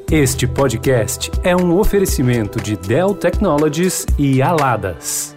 Este podcast é um oferecimento de Dell Technologies e Aladas.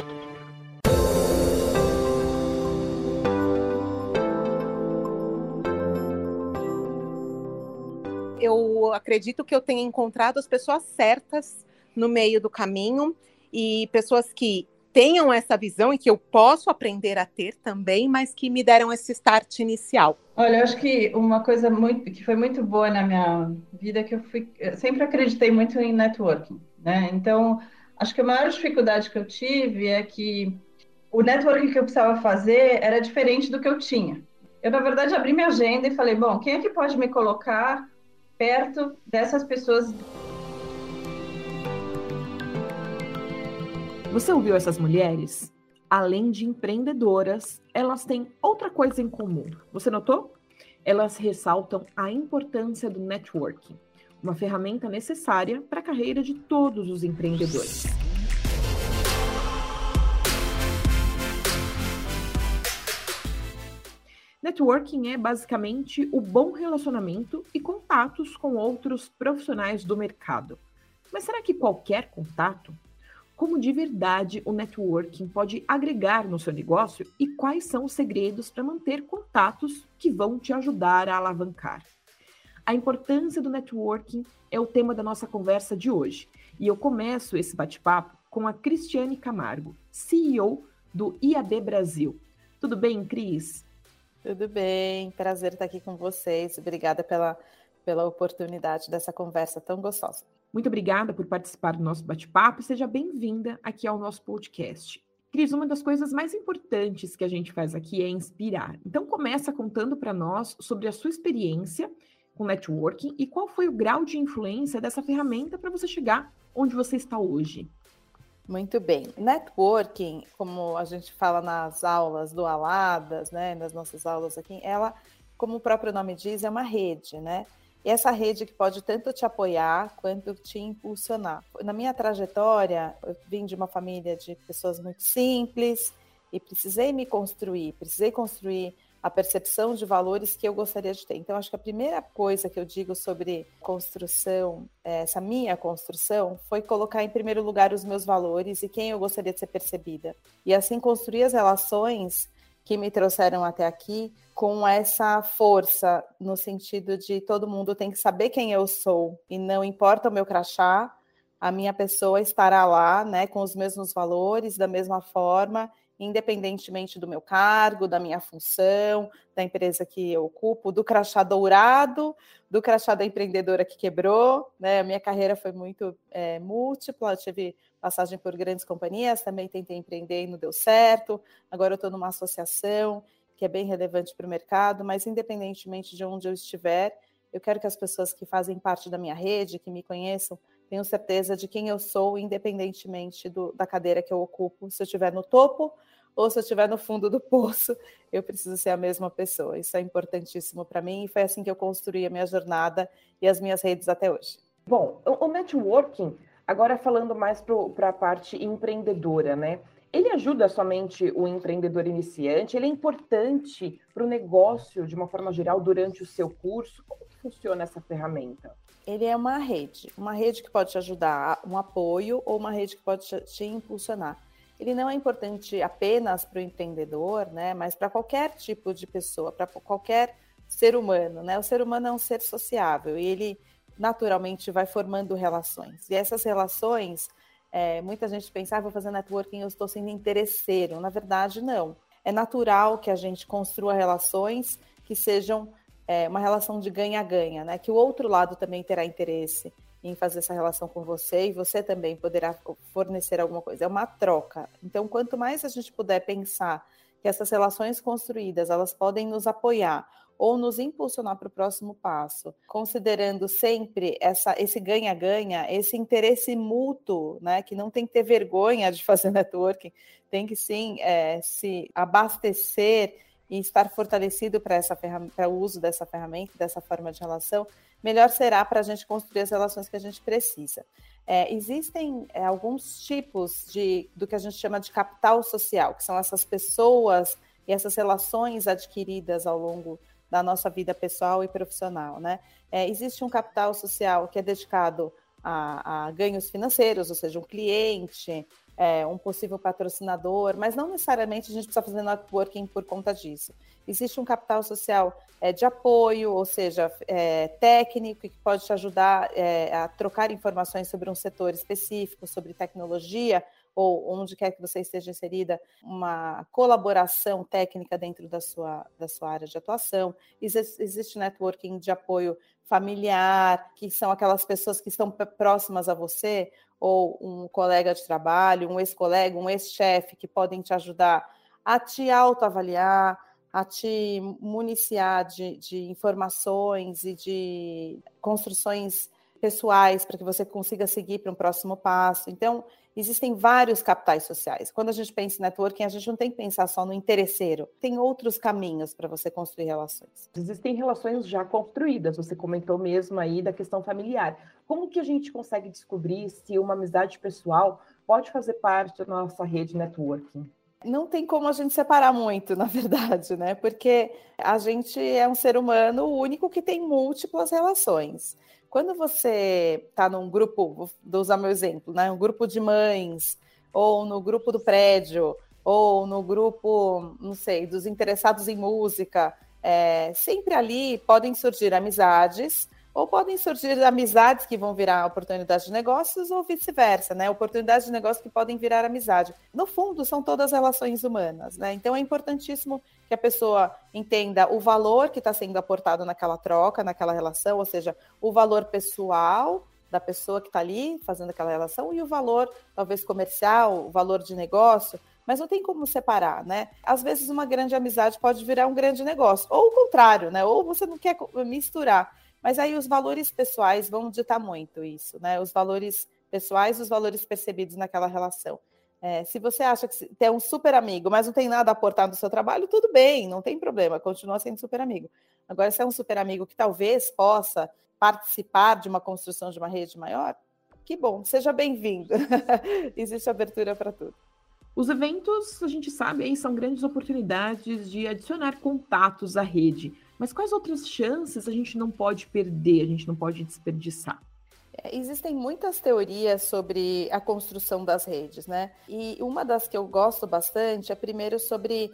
Eu acredito que eu tenha encontrado as pessoas certas no meio do caminho e pessoas que tenham essa visão e que eu posso aprender a ter também, mas que me deram esse start inicial. Olha, eu acho que uma coisa que foi muito boa na minha vida é que eu sempre acreditei muito em networking, né? Então, acho que a maior dificuldade que eu tive é que o networking que eu precisava fazer era diferente do que eu tinha. Eu, na verdade, abri minha agenda e falei, bom, quem é que pode me colocar perto dessas pessoas? Você ouviu essas mulheres? Além de empreendedoras, elas têm outra coisa em comum. Você notou? Elas ressaltam a importância do networking, uma ferramenta necessária para a carreira de todos os empreendedores. Networking é basicamente o bom relacionamento e contatos com outros profissionais do mercado. Mas será que qualquer contato? Como de verdade o networking pode agregar no seu negócio e quais são os segredos para manter contatos que vão te ajudar a alavancar? A importância do networking é o tema da nossa conversa de hoje. E eu começo esse bate-papo com a Cristiane Camargo, CEO do IAD Brasil. Tudo bem, Cris? Tudo bem, prazer estar aqui com vocês. Obrigada pela oportunidade dessa conversa tão gostosa. Muito obrigada por participar do nosso bate-papo e seja bem-vinda aqui ao nosso podcast. Cris, uma das coisas mais importantes que a gente faz aqui é inspirar. Então, começa contando para nós sobre a sua experiência com networking e qual foi o grau de influência dessa ferramenta para você chegar onde você está hoje. Muito bem. Networking, como a gente fala nas aulas do Aladas, né, nas nossas aulas aqui, ela, como o próprio nome diz, é uma rede, né? E essa rede que pode tanto te apoiar quanto te impulsionar. Na minha trajetória, eu vim de uma família de pessoas muito simples e precisei construir a percepção de valores que eu gostaria de ter. Então, acho que a primeira coisa que eu digo sobre construção, essa minha construção, foi colocar em primeiro lugar os meus valores e quem eu gostaria de ser percebida. E assim construir as relações que me trouxeram até aqui com essa força, no sentido de todo mundo tem que saber quem eu sou e não importa o meu crachá, a minha pessoa estará lá, né, com os mesmos valores, da mesma forma, independentemente do meu cargo, da minha função, da empresa que eu ocupo, do crachá dourado, do crachá da empreendedora que quebrou, né? A minha carreira foi muito múltipla, eu tive passagem por grandes companhias, também tentei empreender e não deu certo, agora eu estou numa associação que é bem relevante para o mercado, mas independentemente de onde eu estiver, eu quero que as pessoas que fazem parte da minha rede, que me conheçam, tenham certeza de quem eu sou, independentemente da cadeira que eu ocupo. Se eu estiver no topo ou se eu estiver no fundo do poço, eu preciso ser a mesma pessoa. Isso é importantíssimo para mim e foi assim que eu construí a minha jornada e as minhas redes até hoje. Bom, o networking, agora falando mais para a parte empreendedora, né? Ele ajuda somente o empreendedor iniciante? Ele é importante para o negócio, de uma forma geral, durante o seu curso? Como que funciona essa ferramenta? Ele é uma rede que pode te ajudar, um apoio ou uma rede que pode te impulsionar. Ele não é importante apenas para o empreendedor, né, mas para qualquer tipo de pessoa, para qualquer ser humano, né? O ser humano é um ser sociável e ele naturalmente vai formando relações. E essas relações, muita gente pensa, vou fazer networking, eu estou sendo interesseiro. Na verdade, não. É natural que a gente construa relações que sejam uma relação de ganha-ganha, né? Que o outro lado também terá interesse em fazer essa relação com você e você também poderá fornecer alguma coisa. É uma troca. Então, quanto mais a gente puder pensar que essas relações construídas, elas podem nos apoiar ou nos impulsionar para o próximo passo, considerando sempre esse ganha-ganha, esse interesse mútuo, né? Que não tem que ter vergonha de fazer networking, tem que sim se abastecer e estar fortalecido para o uso dessa ferramenta, dessa forma de relação, melhor será para a gente construir as relações que a gente precisa. Existem alguns tipos do que a gente chama de capital social, que são essas pessoas e essas relações adquiridas ao longo da nossa vida pessoal e profissional, né? Existe um capital social que é dedicado a ganhos financeiros, ou seja, um cliente, um possível patrocinador, mas não necessariamente a gente precisa fazer networking por conta disso. Existe um capital social de apoio, ou seja, técnico, que pode te ajudar a trocar informações sobre um setor específico, sobre tecnologia, ou onde quer que você esteja inserida, uma colaboração técnica dentro da sua área de atuação. Existe networking de apoio familiar, que são aquelas pessoas que estão próximas a você, ou um colega de trabalho, um ex-colega, um ex-chefe, que podem te ajudar a te autoavaliar, a te municiar de informações e de construções pessoais para que você consiga seguir para um próximo passo. Então, existem vários capitais sociais. Quando a gente pensa em networking, a gente não tem que pensar só no interesseiro. Tem outros caminhos para você construir relações. Existem relações já construídas. Você comentou mesmo aí da questão familiar. Como que a gente consegue descobrir se uma amizade pessoal pode fazer parte da nossa rede networking? Não tem como a gente separar muito, na verdade, né? Porque a gente é um ser humano único que tem múltiplas relações. Quando você está num grupo, vou usar meu exemplo, né? Um grupo de mães, ou no grupo do prédio, ou no grupo, não sei, dos interessados em música, sempre ali podem surgir amizades, ou podem surgir amizades que vão virar oportunidades de negócios, ou vice-versa, né? Oportunidades de negócio que podem virar amizade. No fundo, são todas relações humanas, né? Então, é importantíssimo que a pessoa entenda o valor que está sendo aportado naquela troca, naquela relação, ou seja, o valor pessoal da pessoa que está ali fazendo aquela relação e o valor, talvez, comercial, o valor de negócio, mas não tem como separar, né? Às vezes, uma grande amizade pode virar um grande negócio, ou o contrário, né? Ou você não quer misturar. Mas aí os valores pessoais vão ditar muito isso, né? Os valores pessoais, os valores percebidos naquela relação. Se você acha que tem um super amigo, mas não tem nada a aportar no seu trabalho, tudo bem, não tem problema, continua sendo super amigo. Agora, se é um super amigo que talvez possa participar de uma construção de uma rede maior, que bom, seja bem-vindo. Existe abertura para tudo. Os eventos, a gente sabe, aí são grandes oportunidades de adicionar contatos à rede. Mas quais outras chances a gente não pode perder, a gente não pode desperdiçar? Existem muitas teorias sobre a construção das redes, né? E uma das que eu gosto bastante é, primeiro, sobre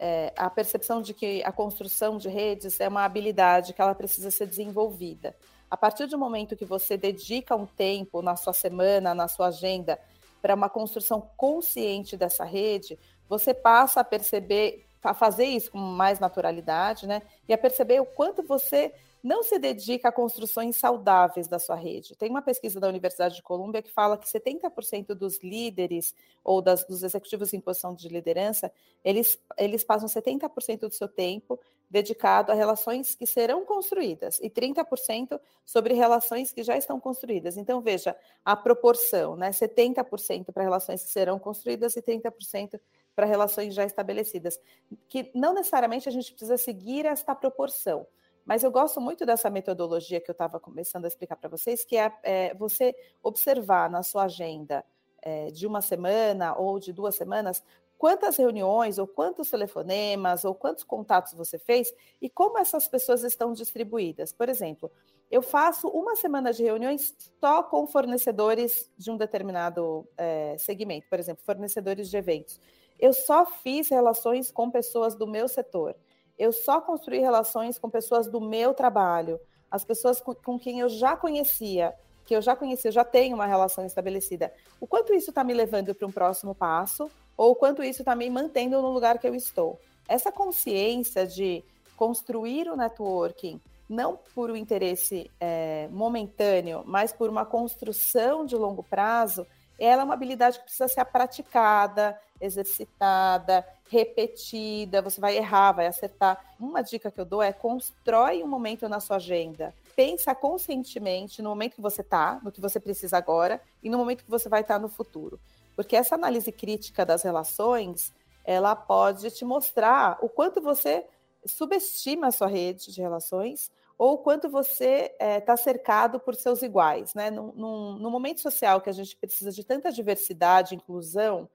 a percepção de que a construção de redes é uma habilidade que ela precisa ser desenvolvida. A partir do momento que você dedica um tempo na sua semana, na sua agenda, para uma construção consciente dessa rede, você passa a perceber, a fazer isso com mais naturalidade, né? E a perceber o quanto você não se dedica a construções saudáveis da sua rede. Tem uma pesquisa da Universidade de Colômbia que fala que 70% dos líderes ou dos executivos em posição de liderança, eles passam 70% do seu tempo dedicado a relações que serão construídas e 30% sobre relações que já estão construídas. Então, veja a proporção, né? 70% para relações que serão construídas e 30% para relações já estabelecidas. Que não necessariamente a gente precisa seguir esta proporção. Mas eu gosto muito dessa metodologia que eu estava começando a explicar para vocês, que é você observar na sua agenda de uma semana ou de 2 semanas quantas reuniões, ou quantos telefonemas, ou quantos contatos você fez e como essas pessoas estão distribuídas. Por exemplo, eu faço uma semana de reuniões só com fornecedores de um determinado segmento, por exemplo, fornecedores de eventos. Eu só fiz relações com pessoas do meu setor. Eu só construí relações com pessoas do meu trabalho, as pessoas com quem eu já conhecia, eu já tenho uma relação estabelecida. O quanto isso está me levando para um próximo passo, ou o quanto isso está me mantendo no lugar que eu estou. Essa consciência de construir o networking, não por um interesse momentâneo, mas por uma construção de longo prazo, ela é uma habilidade que precisa ser praticada, exercitada, repetida. Você vai errar, vai acertar. Uma dica que eu dou é: constrói um momento na sua agenda. Pensa conscientemente no momento que você está, no que você precisa agora, e no momento que você vai estar no futuro. Porque essa análise crítica das relações, ela pode te mostrar o quanto você subestima a sua rede de relações, ou o quanto você está cercado por seus iguais, né? No momento social que a gente precisa de tanta diversidade, inclusão,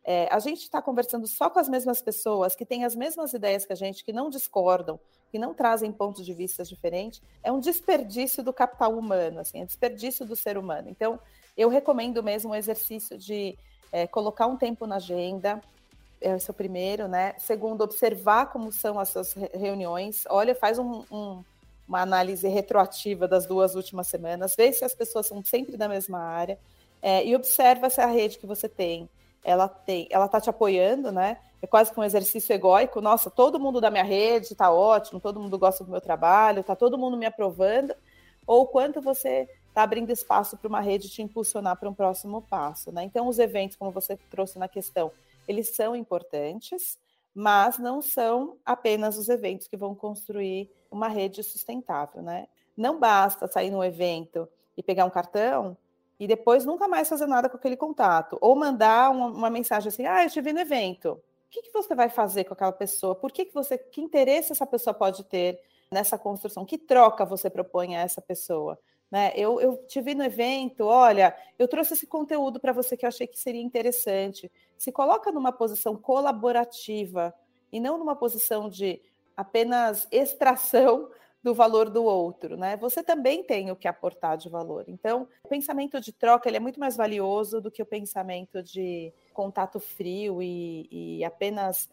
A gente está conversando só com as mesmas pessoas, que têm as mesmas ideias que a gente, que não discordam, que não trazem pontos de vista diferentes, é um desperdício do capital humano, assim, é desperdício do ser humano. Então, eu recomendo mesmo um exercício de colocar um tempo na agenda, esse é o primeiro, né? Segundo, observar como são as suas reuniões. Olha, faz uma análise retroativa das 2 últimas semanas, vê se as pessoas são sempre da mesma área, e observa se a rede que você tem, ela está te apoiando, né? É quase que um exercício egóico. Nossa, todo mundo da minha rede está ótimo, todo mundo gosta do meu trabalho, está todo mundo me aprovando, ou quanto você está abrindo espaço para uma rede te impulsionar para um próximo passo, né? Então, os eventos, como você trouxe na questão, eles são importantes, mas não são apenas os eventos que vão construir uma rede sustentável, né? Não basta sair num evento e pegar um cartão e depois nunca mais fazer nada com aquele contato, ou mandar uma mensagem assim, eu te vi no evento. O que você vai fazer com aquela pessoa? Que interesse essa pessoa pode ter nessa construção? Que troca você propõe a essa pessoa? Né? Eu te vi no evento, olha, eu trouxe esse conteúdo para você que eu achei que seria interessante. Se coloca numa posição colaborativa e não numa posição de apenas extração do valor do outro, né? Você também tem o que aportar de valor. Então, o pensamento de troca ele é muito mais valioso do que o pensamento de contato frio e apenas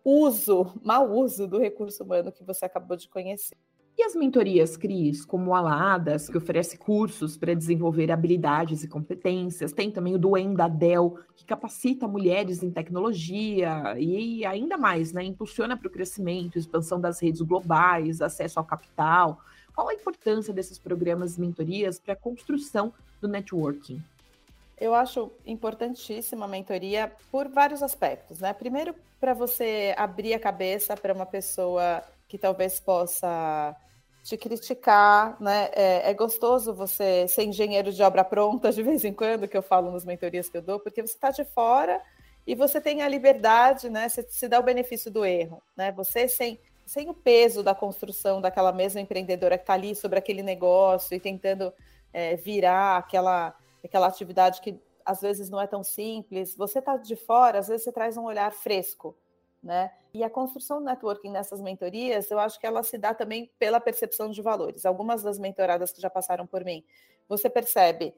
mau uso do recurso humano que você acabou de conhecer. E as mentorias, Cris, como o Aladas, que oferece cursos para desenvolver habilidades e competências, tem também o Duem da Dell, que capacita mulheres em tecnologia e ainda mais, né, impulsiona para o crescimento, expansão das redes globais, acesso ao capital. Qual a importância desses programas e mentorias para a construção do networking? Eu acho importantíssima a mentoria por vários aspectos, né? Primeiro, para você abrir a cabeça para uma pessoa que talvez possa te criticar, né? É gostoso você ser engenheiro de obra pronta de vez em quando, que eu falo nas mentorias que eu dou, porque você está de fora e você tem a liberdade, né? Você se dá o benefício do erro, né? Você sem o peso da construção daquela mesma empreendedora que está ali sobre aquele negócio e tentando virar aquela atividade que às vezes não é tão simples. Você está de fora, às vezes você traz um olhar fresco, né? E a construção do networking nessas mentorias, eu acho que ela se dá também pela percepção de valores. Algumas das mentoradas que já passaram por mim, você percebe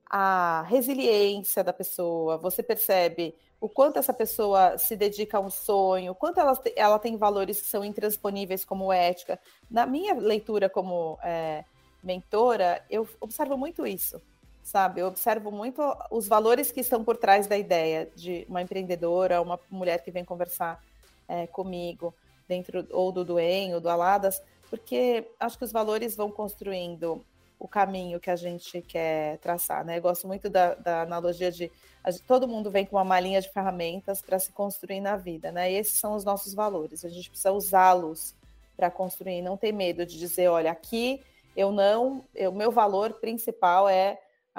a resiliência da pessoa, você percebe o quanto essa pessoa se dedica a um sonho, o quanto ela tem valores que são intransponíveis como ética. Na minha leitura como mentora, eu observo muito isso, sabe? Eu observo muito os valores que estão por trás da ideia de uma empreendedora, uma mulher que vem conversar comigo, dentro ou do Duem ou do Aladas, porque acho que os valores vão construindo o caminho que a gente quer traçar, né? Eu gosto muito da analogia de todo mundo vem com uma malinha de ferramentas para se construir na vida, né? E esses são os nossos valores, a gente precisa usá-los para construir, não ter medo de dizer, olha, aqui o meu valor principal é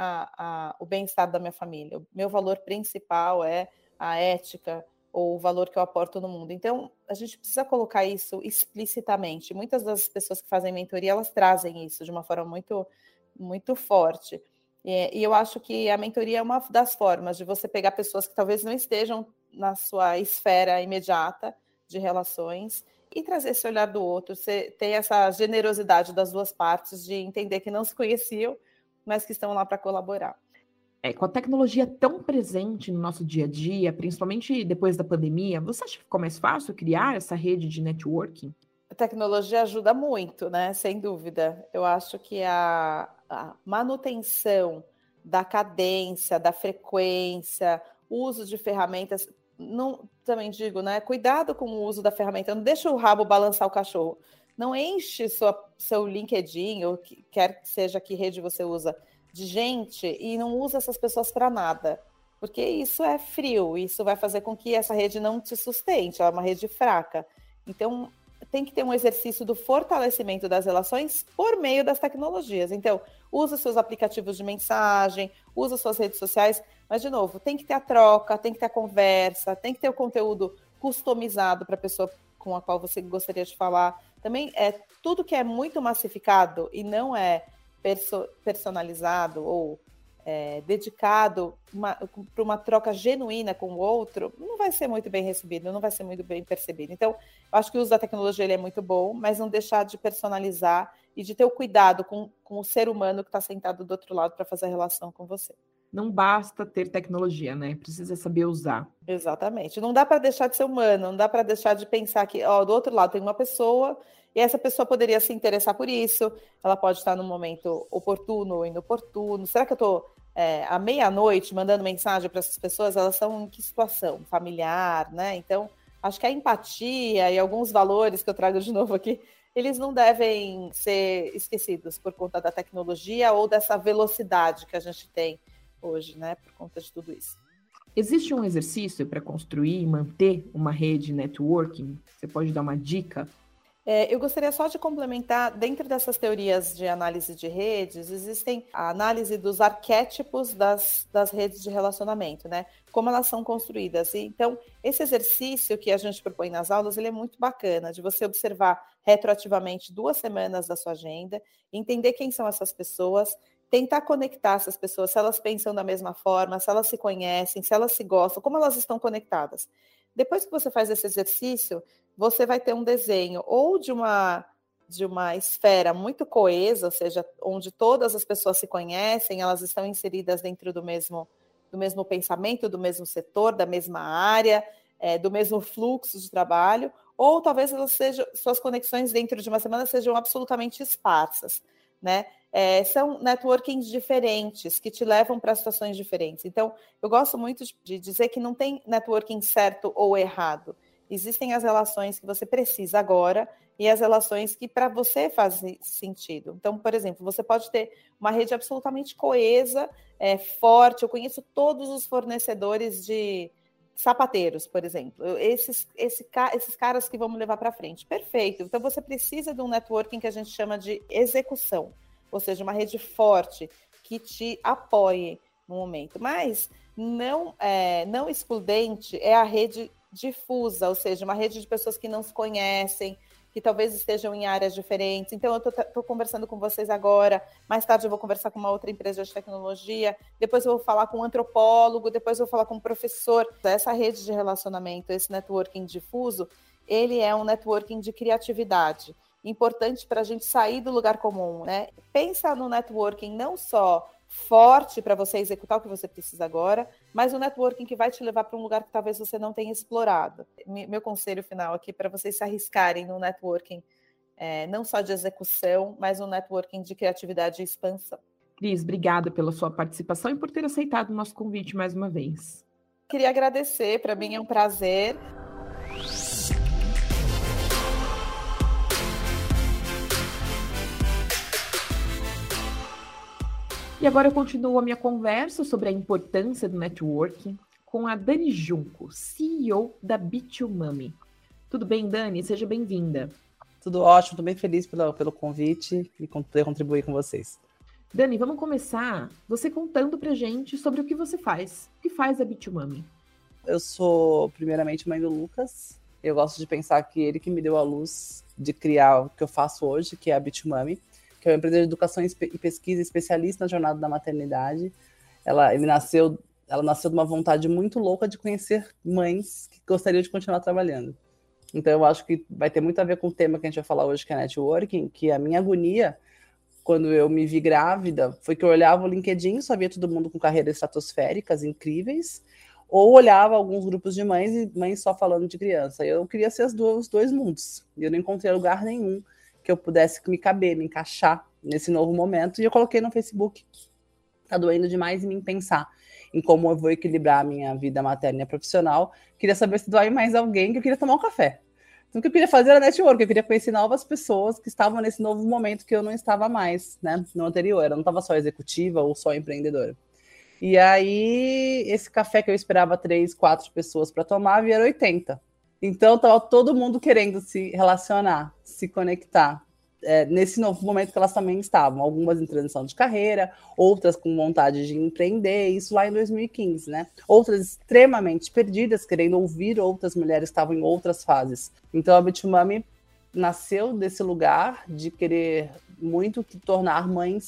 o bem-estar da minha família, o meu valor principal é a ética, ou o valor que eu aporto no mundo. Então, a gente precisa colocar isso explicitamente. Muitas das pessoas que fazem mentoria, elas trazem isso de uma forma muito, muito forte. E eu acho que a mentoria é uma das formas de você pegar pessoas que talvez não estejam na sua esfera imediata de relações e trazer esse olhar do outro, ter essa generosidade das duas partes de entender que não se conheciam, mas que estão lá para colaborar. Com a tecnologia tão presente no nosso dia a dia, principalmente depois da pandemia, você acha que ficou mais fácil criar essa rede de networking? A tecnologia ajuda muito, né? Sem dúvida. Eu acho que a manutenção da cadência, da frequência, uso de ferramentas, também digo, né? Cuidado com o uso da ferramenta, não deixa o rabo balançar o cachorro. Não enche seu LinkedIn, ou quer que seja que rede você usa, de gente e não usa essas pessoas para nada, porque isso é frio, isso vai fazer com que essa rede não te sustente, ela é uma rede fraca. Então, tem que ter um exercício do fortalecimento das relações por meio das tecnologias. Então, usa seus aplicativos de mensagem, usa suas redes sociais, mas, de novo, tem que ter a troca, tem que ter a conversa, tem que ter o conteúdo customizado para a pessoa com a qual você gostaria de falar. Também tudo que é muito massificado e não é personalizado ou dedicado para uma troca genuína com o outro, não vai ser muito bem recebido, não vai ser muito bem percebido. Então, eu acho que o uso da tecnologia ele é muito bom, mas não deixar de personalizar e de ter o cuidado com o ser humano que está sentado do outro lado para fazer a relação com você. Não basta ter tecnologia, né? Precisa saber usar. Exatamente. Não dá para deixar de ser humano, não dá para deixar de pensar que, do outro lado tem uma pessoa e essa pessoa poderia se interessar por isso, ela pode estar num momento oportuno ou inoportuno. Será que eu estou à meia-noite mandando mensagem para essas pessoas? Elas estão em que situação? Familiar, né? Então, acho que a empatia e alguns valores que eu trago de novo aqui, eles não devem ser esquecidos por conta da tecnologia ou dessa velocidade que a gente tem hoje, né, por conta de tudo isso. Existe um exercício para construir e manter uma rede networking? Você pode dar uma dica? Eu gostaria só de complementar, dentro dessas teorias de análise de redes, existem a análise dos arquétipos das redes de relacionamento, né? Como elas são construídas. Então, esse exercício que a gente propõe nas aulas, ele é muito bacana, de você observar retroativamente 2 semanas da sua agenda, entender quem são essas pessoas, tentar conectar essas pessoas, se elas pensam da mesma forma, se elas se conhecem, se elas se gostam, como elas estão conectadas. Depois que você faz esse exercício, você vai ter um desenho ou de uma esfera muito coesa, ou seja, onde todas as pessoas se conhecem, elas estão inseridas dentro do mesmo pensamento, do mesmo setor, da mesma área, do mesmo fluxo de trabalho, ou talvez suas conexões dentro de uma semana sejam absolutamente esparsas, né? São networkings diferentes, que te levam para situações diferentes. Então, eu gosto muito de dizer que não tem networking certo ou errado. Existem as relações que você precisa agora e as relações que para você fazem sentido. Então, por exemplo, você pode ter uma rede absolutamente coesa, forte. Eu conheço todos os fornecedores de sapateiros, por exemplo. Esses caras que vão me levar para frente. Perfeito. Então, você precisa de um networking que a gente chama de execução. Ou seja, uma rede forte que te apoie no momento. Mas não excludente é a rede difusa, ou seja, uma rede de pessoas que não se conhecem, que talvez estejam em áreas diferentes. Então, eu estou conversando com vocês agora, mais tarde eu vou conversar com uma outra empresa de tecnologia, depois eu vou falar com um antropólogo, depois eu vou falar com um professor. Essa rede de relacionamento, esse networking difuso, ele é um networking de criatividade, importante para a gente sair do lugar comum, né? Pensa no networking não só forte para você executar o que você precisa agora, mas um networking que vai te levar para um lugar que talvez você não tenha explorado. Meu conselho final aqui para vocês se arriscarem no networking, não só de execução, mas um networking de criatividade e expansão. Cris, obrigada pela sua participação e por ter aceitado o nosso convite mais uma vez. Queria agradecer, para mim é um prazer. E agora eu continuo a minha conversa sobre a importância do networking com a Dani Junco, CEO da Bit2Mami. Tudo bem, Dani? Seja bem-vinda. Tudo ótimo, estou bem feliz pelo convite e poder contribuir com vocês. Dani, vamos começar você contando pra gente sobre o que você faz. O que faz a Bit2Mami? Eu sou, primeiramente, mãe do Lucas. Eu gosto de pensar que ele que me deu a luz de criar o que eu faço hoje, que é a Bit2Mami, que é uma empresa de educação e pesquisa especialista na jornada da maternidade. Ela nasceu de uma vontade muito louca de conhecer mães que gostariam de continuar trabalhando. Então, eu acho que vai ter muito a ver com o tema que a gente vai falar hoje, que é networking, que a minha agonia, quando eu me vi grávida, foi que eu olhava o LinkedIn, só via todo mundo com carreiras estratosféricas, incríveis, ou olhava alguns grupos de mães e mães só falando de criança. Eu queria ser os dois mundos, e eu não encontrei lugar nenhum que eu pudesse me caber, me encaixar nesse novo momento, e eu coloquei no Facebook. Tá doendo demais em mim pensar em como eu vou equilibrar a minha vida materna e profissional. Queria saber se doar em mais alguém, que eu queria tomar um café. Então, o que eu queria fazer era network, eu queria conhecer novas pessoas que estavam nesse novo momento que eu não estava mais, né, no anterior. Eu não estava só executiva ou só empreendedora. E aí, esse café que eu esperava 3, 4 pessoas para tomar, vieram 80. Então, estava todo mundo querendo se relacionar, se conectar, nesse novo momento que elas também estavam. Algumas em transição de carreira, outras com vontade de empreender, isso lá em 2015, né? Outras extremamente perdidas, querendo ouvir outras mulheres que estavam em outras fases. Então, a Bit2Mami nasceu desse lugar de querer muito tornar mães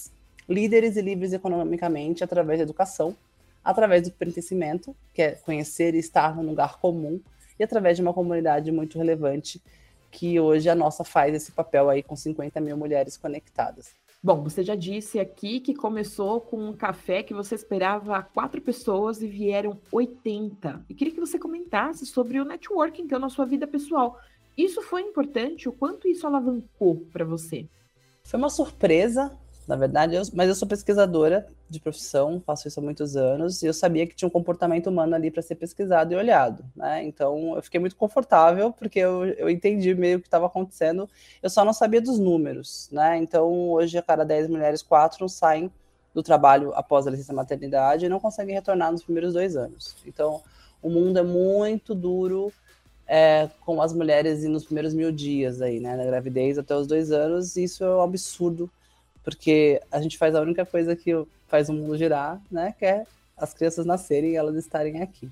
líderes e livres economicamente através da educação, através do pertencimento, que é conhecer e estar num lugar comum, e através de uma comunidade muito relevante, que hoje a nossa faz esse papel aí com 50 mil mulheres conectadas. Bom, você já disse aqui que começou com um café que você esperava 4 pessoas e vieram 80. E queria que você comentasse sobre o networking, então, na sua vida pessoal. Isso foi importante? O quanto isso alavancou para você? Foi uma surpresa, na verdade, mas eu sou pesquisadora de profissão, faço isso há muitos anos, e eu sabia que tinha um comportamento humano ali para ser pesquisado e olhado, né? Então, eu fiquei muito confortável, porque eu entendi meio o que estava acontecendo, eu só não sabia dos números, né? Então, hoje, a cada 10 mulheres, 4 saem do trabalho após a licença maternidade e não conseguem retornar nos primeiros 2 anos. Então, o mundo é muito duro com as mulheres nos primeiros 1000 dias aí, né? Da gravidez até os 2 anos, e isso é um absurdo, porque a gente faz a única coisa que faz o mundo girar, né, que é as crianças nascerem e elas estarem aqui.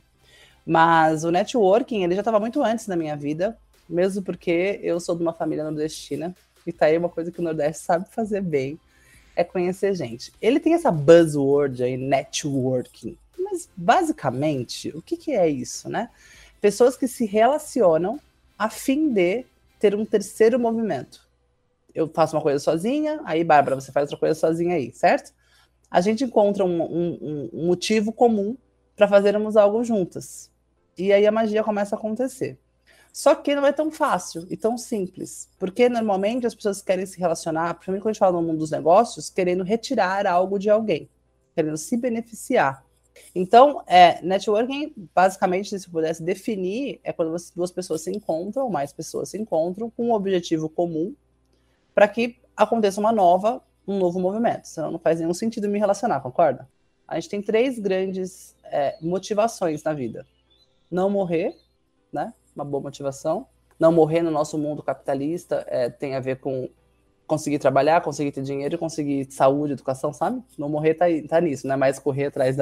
Mas o networking, ele já estava muito antes na minha vida, mesmo porque eu sou de uma família nordestina, e tá aí uma coisa que o Nordeste sabe fazer bem, é conhecer gente. Ele tem essa buzzword aí, networking, mas basicamente, o que é isso, né? Pessoas que se relacionam a fim de ter um terceiro movimento. Eu faço uma coisa sozinha, aí, Bárbara, você faz outra coisa sozinha aí, certo? A gente encontra um motivo comum para fazermos algo juntas. E aí a magia começa a acontecer. Só que não é tão fácil e tão simples, porque normalmente as pessoas querem se relacionar, principalmente quando a gente fala no mundo dos negócios, querendo retirar algo de alguém, querendo se beneficiar. Então, networking, basicamente, se eu pudesse definir, é quando duas pessoas se encontram, ou mais pessoas se encontram, com um objetivo comum, para que aconteça um novo movimento. Senão não faz nenhum sentido me relacionar, concorda? A gente tem 3 grandes motivações na vida. Não morrer, né? Uma boa motivação. Não morrer no nosso mundo capitalista tem a ver com conseguir trabalhar, conseguir ter dinheiro, conseguir saúde, educação, sabe? Não morrer tá nisso, não é mais correr atrás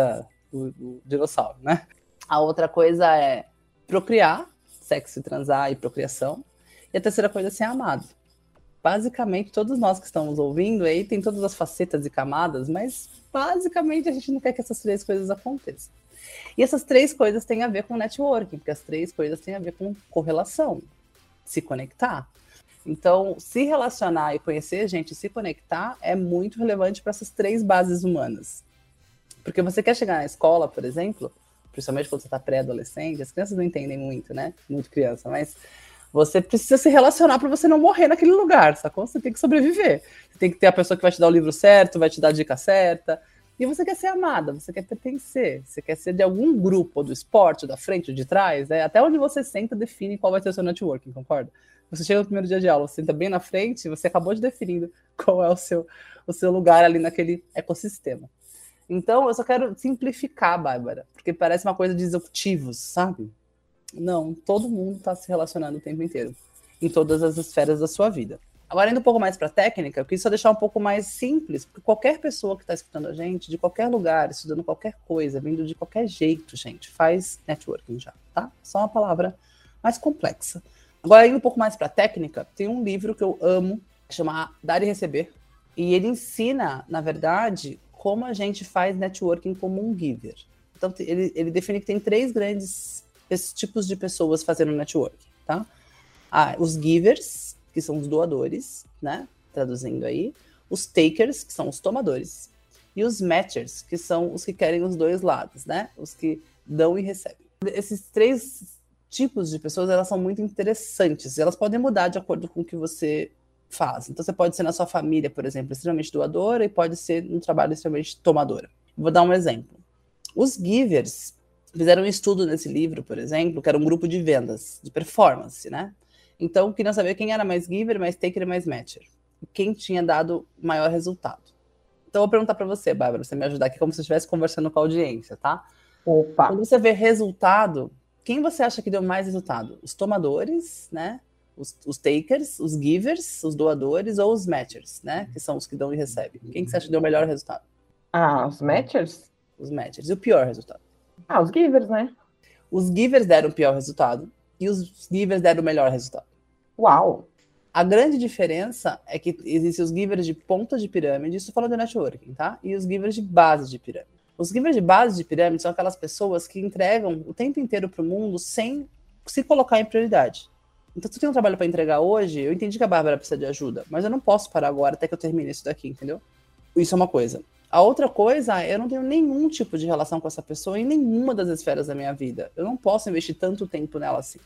do dinossauro, né? A outra coisa é procriar, sexo, transar e procriação. E a terceira coisa é ser amado. Basicamente, todos nós que estamos ouvindo aí tem todas as facetas e camadas, mas basicamente a gente não quer que essas 3 coisas aconteçam. E essas 3 coisas têm a ver com networking, porque as 3 coisas têm a ver com correlação, se conectar. Então, se relacionar e conhecer gente, se conectar, é muito relevante para essas 3 bases humanas. Porque você quer chegar na escola, por exemplo, principalmente quando você está pré-adolescente, as crianças não entendem muito, né? Muito criança, mas você precisa se relacionar para você não morrer naquele lugar, sacou? Você tem que sobreviver. Você tem que ter a pessoa que vai te dar o livro certo, vai te dar a dica certa. E você quer ser amada, você quer pertencer, você quer ser de algum grupo, do esporte, da frente ou de trás, né? Até onde você senta define qual vai ser o seu networking, concorda? Você chega no primeiro dia de aula, você senta bem na frente, você acabou de definir qual é o seu lugar ali naquele ecossistema. Então, eu só quero simplificar, Bárbara, porque parece uma coisa de executivos, sabe? Não, todo mundo está se relacionando o tempo inteiro, em todas as esferas da sua vida. Agora, indo um pouco mais para a técnica, eu queria só deixar um pouco mais simples, porque qualquer pessoa que está escutando a gente, de qualquer lugar, estudando qualquer coisa, vindo de qualquer jeito, gente, faz networking já, tá? Só uma palavra mais complexa. Agora, indo um pouco mais para a técnica, tem um livro que eu amo, que chama Dar e Receber, e ele ensina, na verdade, como a gente faz networking como um giver. Então, ele define que tem 3 grandes tipos de pessoas fazendo networking, tá? Os givers, que são os doadores, né? Traduzindo aí. Os takers, que são os tomadores. E os matchers, que são os que querem os 2 lados, né? Os que dão e recebem. Esses 3 tipos de pessoas, elas são muito interessantes. Elas podem mudar de acordo com o que você faz. Então, você pode ser na sua família, por exemplo, extremamente doadora, e pode ser no trabalho extremamente tomadora. Vou dar um exemplo. Os givers fizeram um estudo nesse livro, por exemplo, que era um grupo de vendas, de performance, né? Então, queriam saber quem era mais giver, mais taker e mais matcher. E quem tinha dado maior resultado. Então, eu vou perguntar para você, Bárbara, você me ajudar aqui como se você estivesse conversando com a audiência, tá? Opa! Quando você vê resultado, quem você acha que deu mais resultado? Os tomadores, né? Os takers, os givers, os doadores ou os matchers, né? Que são os que dão e recebem. Quem que você acha que deu o melhor resultado? Os matchers? Os matchers. E o pior resultado? Os givers, né? Os givers deram o pior resultado e os givers deram o melhor resultado. Uau! A grande diferença é que existem os givers de ponta de pirâmide, isso falando de networking, tá? E os givers de base de pirâmide. Os givers de base de pirâmide são aquelas pessoas que entregam o tempo inteiro para o mundo sem se colocar em prioridade. Então, se eu tenho um trabalho para entregar hoje, eu entendi que a Bárbara precisa de ajuda, mas eu não posso parar agora até que eu termine isso daqui, entendeu? Isso é uma coisa. A outra coisa, eu não tenho nenhum tipo de relação com essa pessoa em nenhuma das esferas da minha vida. Eu não posso investir tanto tempo nela assim.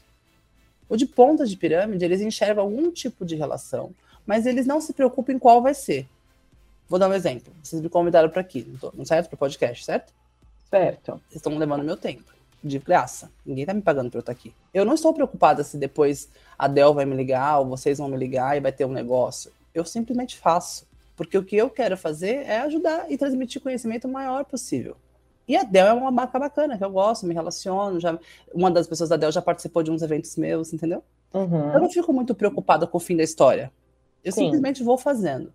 O de ponta de pirâmide, eles enxergam algum tipo de relação, mas eles não se preocupam em qual vai ser. Vou dar um exemplo. Vocês me convidaram para aqui, não certo? Para o podcast, certo? Certo. Vocês estão levando meu tempo, de graça. Ninguém tá me pagando para eu estar aqui. Eu não estou preocupada se depois a Del vai me ligar, ou vocês vão me ligar e vai ter um negócio. Eu simplesmente faço. Porque o que eu quero fazer é ajudar e transmitir conhecimento o maior possível. E a Del é uma marca bacana, que eu gosto, me relaciono. Uma das pessoas da Del já participou de uns eventos meus, entendeu? Eu não fico muito preocupada com o fim da história. Eu simplesmente vou fazendo.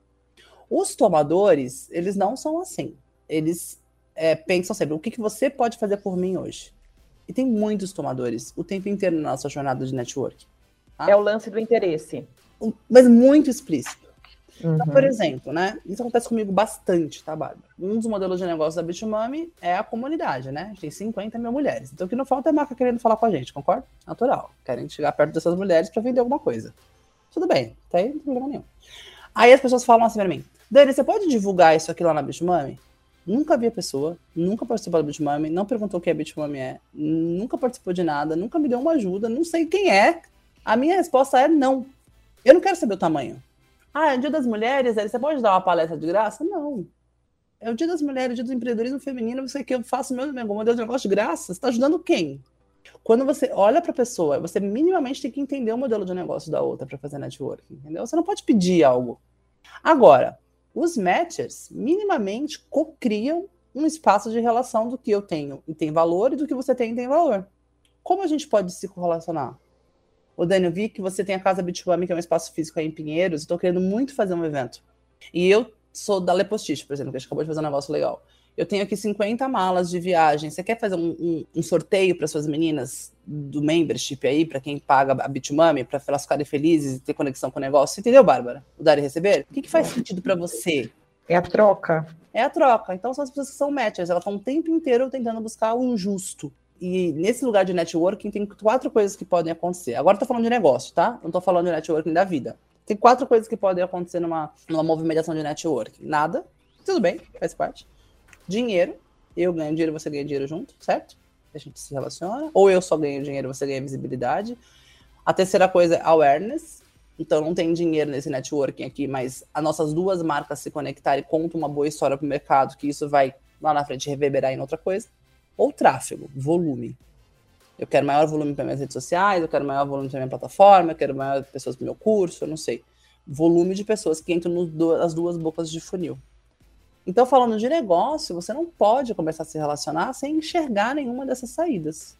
Os tomadores, eles não são assim. Eles pensam sempre, o que você pode fazer por mim hoje? E tem muitos tomadores o tempo inteiro na nossa jornada de network. Tá? É o lance do interesse. Mas muito explícito. Então, por exemplo, né? Isso acontece comigo bastante, tá, Bárbara? Um dos modelos de negócio da Bitumami é a comunidade, né? A gente tem 50 mil mulheres. Então, o que não falta é a marca querendo falar com a gente, concorda? Natural. Querem chegar perto dessas mulheres para vender alguma coisa. Tudo bem, até aí não tem problema nenhum. Aí as pessoas falam assim pra mim, Dani, você pode divulgar isso aqui lá na Bitumami? Nunca vi a pessoa, nunca participou da Bitumami, não perguntou o que a Bitumami é, nunca participou de nada, nunca me deu uma ajuda, não sei quem é. A minha resposta é não. Eu não quero saber o tamanho. Ah, é o Dia das Mulheres, você pode dar uma palestra de graça? Não. É o Dia das Mulheres, o Dia do Empreendedorismo Feminino, você que eu faço meu modelo de negócio de graça, você está ajudando quem? Quando você olha para a pessoa, você minimamente tem que entender o modelo de negócio da outra para fazer networking, entendeu? Você não pode pedir algo. Agora, os matchers minimamente co-criam um espaço de relação do que eu tenho e tem valor e do que você tem e tem valor. Como a gente pode se correlacionar? Ô, Dani, eu vi que você tem a Casa Bitumami, que é um espaço físico aí em Pinheiros, estou querendo muito fazer um evento. E eu sou da Lepostiche, por exemplo, que a gente acabou de fazer um negócio legal. Eu tenho aqui 50 malas de viagem. Você quer fazer um sorteio para suas meninas do membership aí, para quem paga a Bitumami, para elas ficarem felizes e ter conexão com o negócio? Entendeu, Bárbara? O dar e receber? O que faz sentido para você? É a troca. É a troca. Então são as pessoas que são matchers. Elas estão o tempo inteiro tentando buscar o injusto. E nesse lugar de networking tem 4 coisas que podem acontecer. Agora eu tô falando de negócio, tá? Não tô falando de networking da vida. Tem 4 coisas que podem acontecer numa movimentação de networking. Nada. Tudo bem, faz parte. Dinheiro. Eu ganho dinheiro, você ganha dinheiro junto, certo? A gente se relaciona. Ou eu só ganho dinheiro, você ganha visibilidade. A terceira coisa é awareness. Então não tem dinheiro nesse networking aqui, mas as nossas duas marcas se conectarem e contam uma boa história pro mercado, que isso vai lá na frente reverberar em outra coisa. Ou tráfego, volume. Eu quero maior volume para minhas redes sociais, eu quero maior volume para minha plataforma, eu quero maior pessoas para o meu curso, eu não sei. Volume de pessoas que entram nas duas bocas de funil. Então, falando de negócio, você não pode começar a se relacionar sem enxergar nenhuma dessas saídas.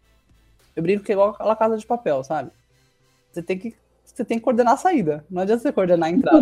Eu brinco que é igual aquela Casa de Papel, sabe? Você tem que coordenar a saída. Não adianta você coordenar a entrada.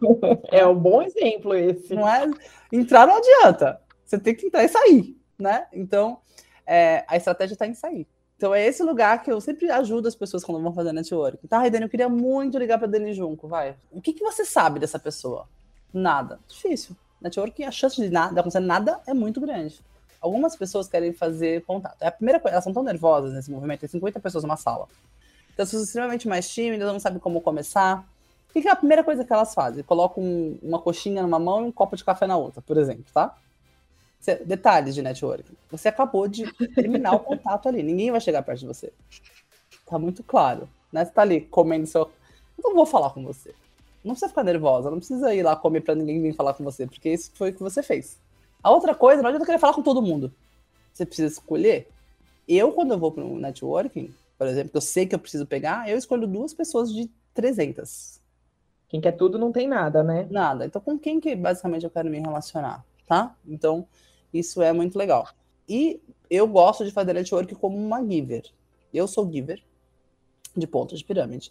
É um bom exemplo esse. Não é? Entrar não adianta. Você tem que entrar e sair. Né? Então, a estratégia está em sair. Então, é esse lugar que eu sempre ajudo as pessoas quando vão fazer network. Tá, Dani, eu queria muito ligar para Dani Junco, vai. O que você sabe dessa pessoa? Nada. Difícil. Network, a chance de acontecer nada é muito grande. Algumas pessoas querem fazer contato. É a primeira coisa, elas são tão nervosas nesse movimento, tem 50 pessoas numa sala. Então, as pessoas extremamente mais tímidas, não sabem como começar. O que é a primeira coisa que elas fazem? Colocam uma coxinha numa mão e um copo de café na outra, por exemplo, tá? Detalhes de networking. Você acabou de terminar o contato ali. Ninguém vai chegar perto de você. Tá muito claro. Né? Você tá ali comendo seu... Eu não vou falar com você. Não precisa ficar nervosa. Não precisa ir lá comer pra ninguém vir falar com você. Porque isso foi o que você fez. A outra coisa, não adianta querer falar com todo mundo. Você precisa escolher. Eu, quando eu vou pro networking, por exemplo, que eu sei que eu preciso pegar, eu escolho 2 pessoas de 300. Quem quer tudo não tem nada, né? Nada. Então, com quem que basicamente eu quero me relacionar? Tá? Então, isso é muito legal. E eu gosto de fazer network como uma giver. Eu sou giver de ponta de pirâmide.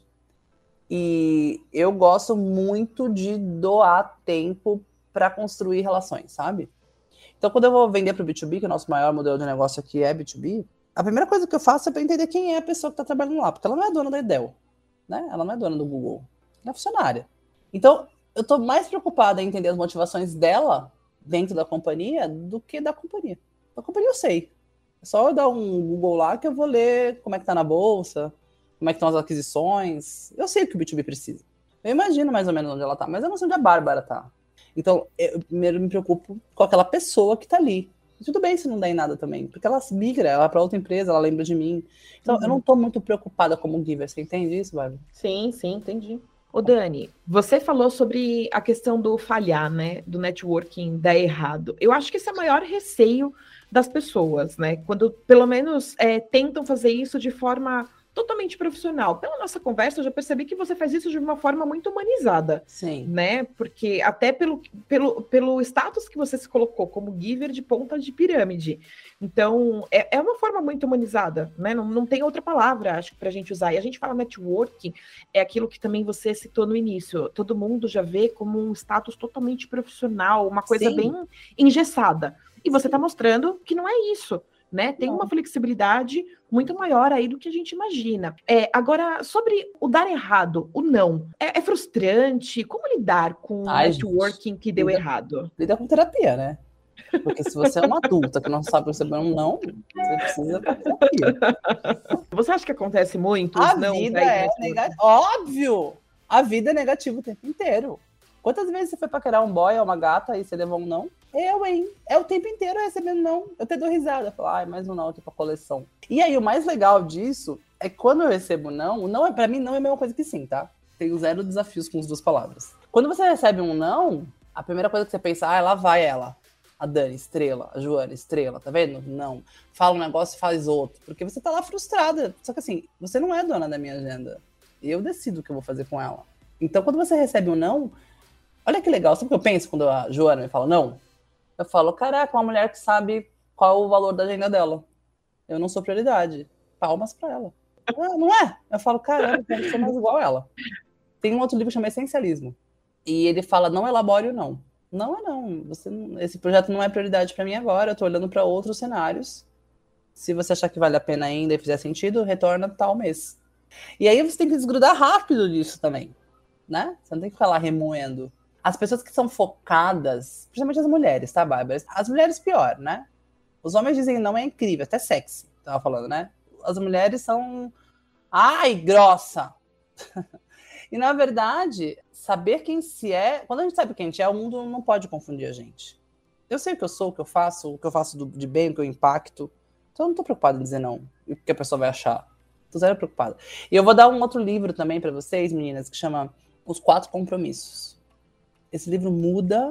E eu gosto muito de doar tempo para construir relações, sabe? Então, quando eu vou vender para o B2B, que o nosso maior modelo de negócio aqui é B2B, a primeira coisa que eu faço é para entender quem é a pessoa que está trabalhando lá, porque ela não é dona da Edel, né? Ela não é dona do Google. Ela é funcionária. Então, eu tô mais preocupada em entender as motivações dela dentro da companhia do que da companhia. Da companhia eu sei. É só eu dar um Google lá que eu vou ler como é que tá na bolsa, como é que estão as aquisições. Eu sei o que o B2B precisa. Eu imagino mais ou menos onde ela tá, mas eu não sei onde a Bárbara tá. Então, eu primeiro me preocupo com aquela pessoa que tá ali. E tudo bem se não der em nada também, porque ela migra, ela vai pra outra empresa, ela lembra de mim. Então, eu não tô muito preocupada como giver. Você entende isso, Bárbara? Sim, entendi. Ô, Dani, você falou sobre a questão do falhar, né? Do networking dar errado. Eu acho que esse é o maior receio das pessoas, né? Quando, pelo menos, tentam fazer isso de forma totalmente profissional. Pela nossa conversa, eu já percebi que você faz isso de uma forma muito humanizada. Sim. Né? Porque até pelo status que você se colocou como giver de ponta de pirâmide. Então, é uma forma muito humanizada, né? Não tem outra palavra, acho, para a gente usar. E a gente fala networking, é aquilo que também você citou no início. Todo mundo já vê como um status totalmente profissional, uma coisa Sim. bem engessada. E você está mostrando que não é isso. Né? Tem uma flexibilidade muito maior aí do que a gente imagina. Agora, sobre o dar errado, o não, é frustrante? Como lidar com o networking que deu errado? Lida com terapia, né? Porque se você é uma adulta que não sabe receber um não, você precisa de terapia. Você acha que acontece muito? A vida é negativa. Óbvio! A vida é negativa o tempo inteiro. Quantas vezes você foi paquerar um boy ou uma gata e você levou um não? Hein? É o tempo inteiro recebendo não. Eu até dou risada. Eu falo, mais um não aqui pra coleção. E aí, o mais legal disso é que quando eu recebo não, o não pra mim não é a mesma coisa que sim, tá? Tenho 0 desafios com as duas palavras. Quando você recebe um não, a primeira coisa que você pensa, lá vai ela. A Dani, estrela. A Joana, estrela. Tá vendo? Não. Fala um negócio e faz outro. Porque você tá lá frustrada. Só que assim, você não é dona da minha agenda. Eu decido o que eu vou fazer com ela. Então, quando você recebe um não, olha que legal. Sabe o que eu penso quando a Joana me fala não? Eu falo, caraca, uma mulher que sabe qual o valor da agenda dela. Eu não sou prioridade. Palmas pra ela. Não é? Eu falo, caramba, eu quero ser mais igual a ela. Tem um outro livro que chama Essencialismo. E ele fala, não elabore o não. Não é não. Esse projeto não é prioridade pra mim agora. Eu tô olhando pra outros cenários. Se você achar que vale a pena ainda e fizer sentido, retorna tal mês. E aí você tem que desgrudar rápido disso também. Né? Você não tem que ficar lá remoendo. As pessoas que são focadas, principalmente as mulheres, tá, Bárbara? As mulheres pior, né? Os homens dizem não é incrível, até sexy, tava falando, né? As mulheres são, grossa. E, na verdade, saber quem se é... Quando a gente sabe quem a gente é, o mundo não pode confundir a gente. Eu sei o que eu sou, o que eu faço de bem, o que eu impacto. Então eu não tô preocupada em dizer não, o que a pessoa vai achar. Tô zero preocupada. E eu vou dar um outro livro também pra vocês, meninas, que chama Os 4 Compromissos. Esse livro muda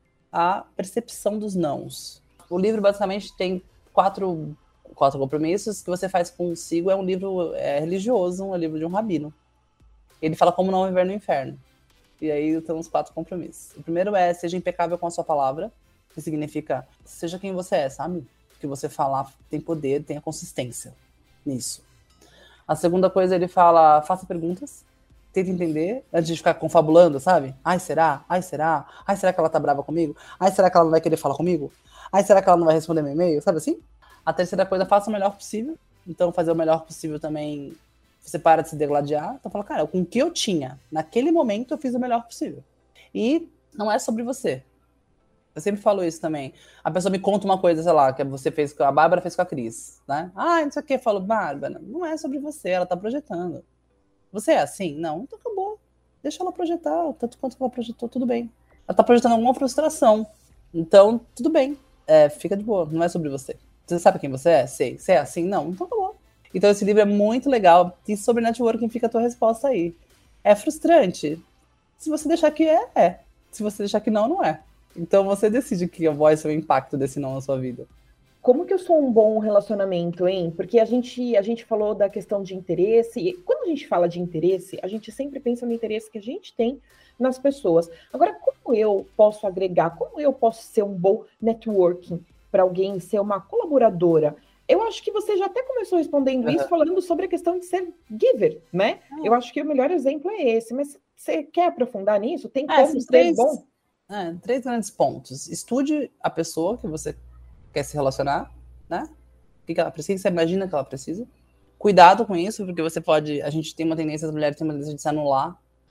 a percepção dos nãos. O livro, basicamente, tem 4 compromissos que você faz consigo. É um livro religioso, um livro de um rabino. Ele fala como não viver no inferno. E aí tem os 4 compromissos. O primeiro é, seja impecável com a sua palavra, que significa, seja quem você é, sabe? O que você falar tem poder, tenha consistência nisso. A segunda coisa, ele fala, faça perguntas. Tenta entender, antes de ficar confabulando, sabe? Será? Será que ela tá brava comigo? Será que ela não vai querer falar comigo? Será que ela não vai responder meu e-mail? Sabe assim? A terceira coisa, faça o melhor possível. Então, fazer o melhor possível também, você para de se degladiar. Então, fala, cara, com o que eu tinha, naquele momento, eu fiz o melhor possível. E não é sobre você. Eu sempre falo isso também. A pessoa me conta uma coisa, sei lá, que você fez, que a Bárbara fez com a Cris, né? Não sei o que. Eu falo, Bárbara, não é sobre você, ela tá projetando. Você é assim? Não, então acabou. Deixa ela projetar, tanto quanto ela projetou, tudo bem. Ela tá projetando alguma frustração. Então, tudo bem. Fica de boa, não é sobre você. Você sabe quem você é? Sei. Você é assim? Não, então acabou. Então esse livro é muito legal. E sobre networking fica a tua resposta aí. É frustrante? Se você deixar que é. Se você deixar que não, não é. Então você decide que vai ser o impacto desse não na sua vida. Como que eu sou um bom relacionamento, hein? Porque a gente falou da questão de interesse, e quando a gente fala de interesse, a gente sempre pensa no interesse que a gente tem nas pessoas. Agora, como eu posso agregar, como eu posso ser um bom networking para alguém, ser uma colaboradora? Eu acho que você já até começou respondendo isso, falando sobre a questão de ser giver, né? Eu acho que o melhor exemplo é esse, mas você quer aprofundar nisso? Tem como ser bom? 3 grandes pontos. Estude a pessoa que você quer se relacionar, né? O que ela precisa, você imagina que ela precisa. Cuidado com isso, porque a gente tem uma tendência, as mulheres têm uma tendência de se anular.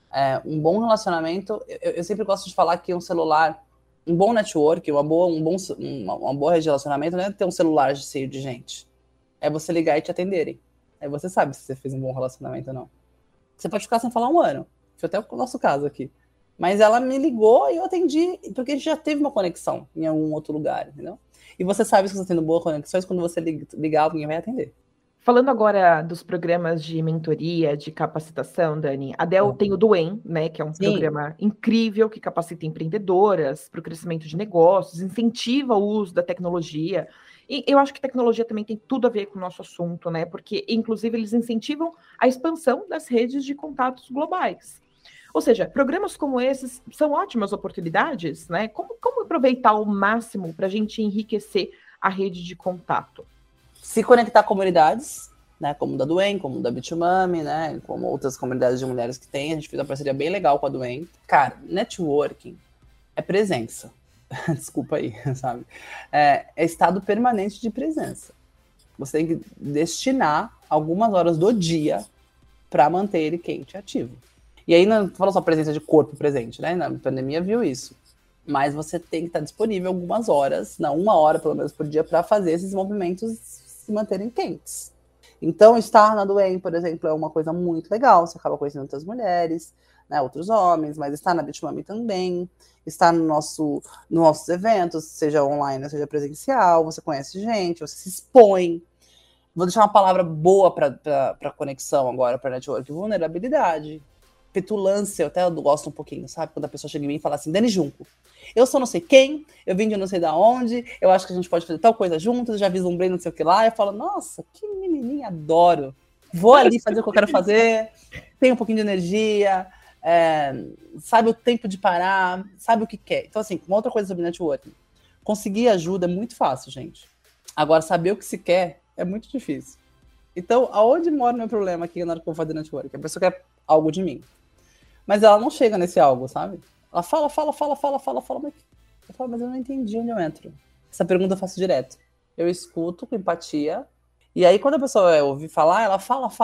Um bom relacionamento, eu sempre gosto de falar que um celular, um bom network, uma boa rede de relacionamento não é ter um celular cheio de gente. É você ligar e te atenderem. Aí você sabe se você fez um bom relacionamento ou não. Você pode ficar sem falar um ano. Foi até o nosso caso aqui. Mas ela me ligou e eu atendi, porque a gente já teve uma conexão em algum outro lugar, entendeu? E você sabe se você está tendo boas conexões quando você ligar, alguém vai atender. Falando agora dos programas de mentoria, de capacitação, Dani, a Del tem o Duen, né, que é um programa incrível que capacita empreendedoras para o crescimento de negócios, incentiva o uso da tecnologia. E eu acho que tecnologia também tem tudo a ver com o nosso assunto, né? Porque, inclusive, eles incentivam a expansão das redes de contatos globais. Ou seja, programas como esses são ótimas oportunidades, né? Como aproveitar ao máximo para a gente enriquecer a rede de contato? Se conectar a comunidades, né, como da Duen, como da Bitumami, né, como outras comunidades de mulheres que tem. A gente fez uma parceria bem legal com a Duen. Cara, networking é presença. Desculpa aí, sabe? É estado permanente de presença. Você tem que destinar algumas horas do dia para manter ele quente e ativo. E aí não fala só presença de corpo presente, né? Na pandemia viu isso. Mas você tem que estar disponível algumas horas, uma hora pelo menos por dia, para fazer esses movimentos se manterem quentes. Então, estar na Duen, por exemplo, é uma coisa muito legal. Você acaba conhecendo outras mulheres, né, outros homens, mas estar na Bitumami também. Estar nos nossos eventos, seja online, seja presencial. Você conhece gente, você se expõe. Vou deixar uma palavra boa para conexão agora, para network. Vulnerabilidade. Petulância, eu até gosto um pouquinho, sabe? Quando a pessoa chega em mim e fala assim, Dani Junco, eu sou não sei quem, eu vim de não sei da onde, eu acho que a gente pode fazer tal coisa juntos, já vislumbrei não sei o que lá, eu falo, nossa, que menininha, adoro. Vou ali fazer o que eu quero fazer, tenho um pouquinho de energia, sabe o tempo de parar, sabe o que quer. Então, assim, uma outra coisa sobre networking, conseguir ajuda é muito fácil, gente. Agora, saber o que se quer é muito difícil. Então, aonde mora o meu problema aqui na hora que eu vou fazer networking? A pessoa quer algo de mim. Mas ela não chega nesse algo, sabe? Ela fala, mas eu falo, mas eu não entendi onde eu entro. Essa pergunta eu faço direto. Eu escuto com empatia, e aí quando a pessoa ouvir falar, ela fala, eu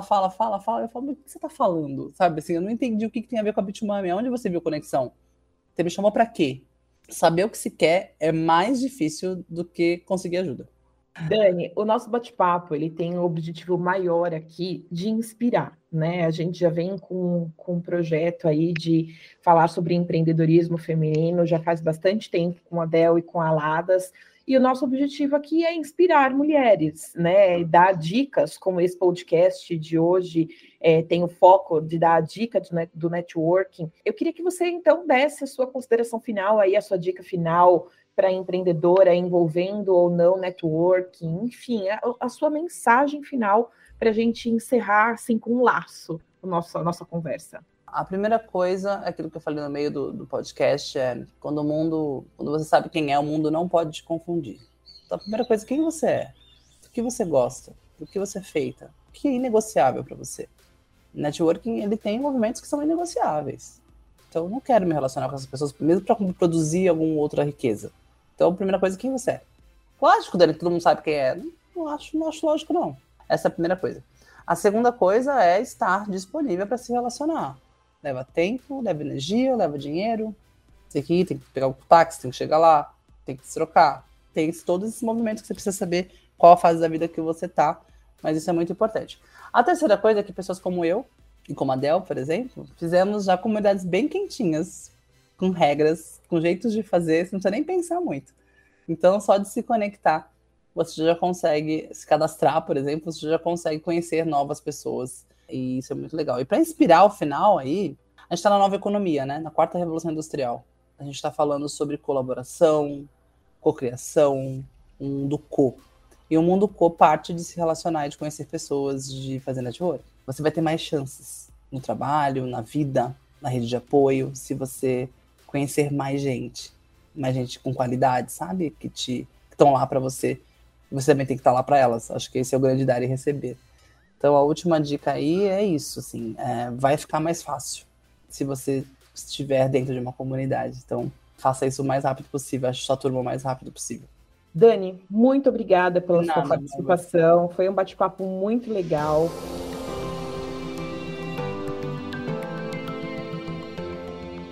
falo, mas o que você tá falando? Sabe, assim, eu não entendi o que tem a ver com a Bitumami, onde você viu conexão? Você me chamou pra quê? Saber o que se quer é mais difícil do que conseguir ajuda. Dani, o nosso bate-papo ele tem um objetivo maior aqui de inspirar, né? A gente já vem com um projeto aí de falar sobre empreendedorismo feminino já faz bastante tempo com a Del e com a Aladas, e o nosso objetivo aqui é inspirar mulheres, né? E dar dicas, como esse podcast de hoje tem o foco de dar a dica do networking. Eu queria que você então desse a sua consideração final aí, a sua dica final para a empreendedora, envolvendo ou não networking, enfim, a sua mensagem final para a gente encerrar assim, com um laço a nossa conversa. A primeira coisa, aquilo que eu falei no meio do podcast, é quando você sabe quem é, o mundo não pode te confundir. Então, a primeira coisa, quem você é? Do que você gosta? Do que você é feita? O que é inegociável para você? Networking, ele tem movimentos que são inegociáveis. Então, eu não quero me relacionar com essas pessoas, mesmo para produzir alguma outra riqueza. Então, a primeira coisa, quem você é? Lógico, Dani, que todo mundo sabe quem é. Não acho lógico, não. Essa é a primeira coisa. A segunda coisa é estar disponível para se relacionar. Leva tempo, leva energia, leva dinheiro. Tem que ir, tem que pegar o táxi, tem que chegar lá, tem que se trocar. Tem todos esses movimentos que você precisa saber qual a fase da vida que você tá. Mas isso é muito importante. A terceira coisa é que pessoas como eu, e como a Del, por exemplo, fizemos já comunidades bem quentinhas, com regras, com jeitos de fazer, você não precisa nem pensar muito. Então, só de se conectar, você já consegue se cadastrar, por exemplo, você já consegue conhecer novas pessoas. E isso é muito legal. E para inspirar o final aí, a gente está na nova economia, né? Na quarta revolução industrial. A gente está falando sobre colaboração, cocriação, um mundo co. E o mundo co parte de se relacionar, de conhecer pessoas, de fazer network. Você vai ter mais chances no trabalho, na vida, na rede de apoio, se você conhecer mais gente com qualidade, sabe? Que estão lá para você. Você também tem que estar lá para elas. Acho que esse é o grande dar e receber. Então, a última dica aí é isso, assim, vai ficar mais fácil se você estiver dentro de uma comunidade. Então, faça isso o mais rápido possível, ache sua turma o mais rápido possível. Dani, muito obrigada pela sua participação. Foi um bate-papo muito legal.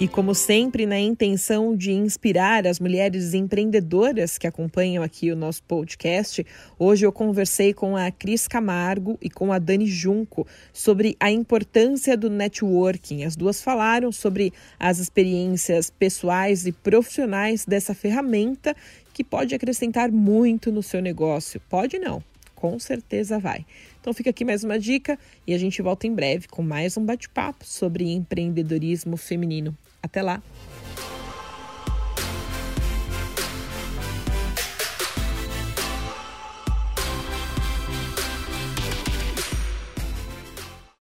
E como sempre, na intenção de inspirar as mulheres empreendedoras que acompanham aqui o nosso podcast, hoje eu conversei com a Cris Camargo e com a Dani Junco sobre a importância do networking. As duas falaram sobre as experiências pessoais e profissionais dessa ferramenta que pode acrescentar muito no seu negócio. Pode não, com certeza vai. Então fica aqui mais uma dica e a gente volta em breve com mais um bate-papo sobre empreendedorismo feminino. Até lá!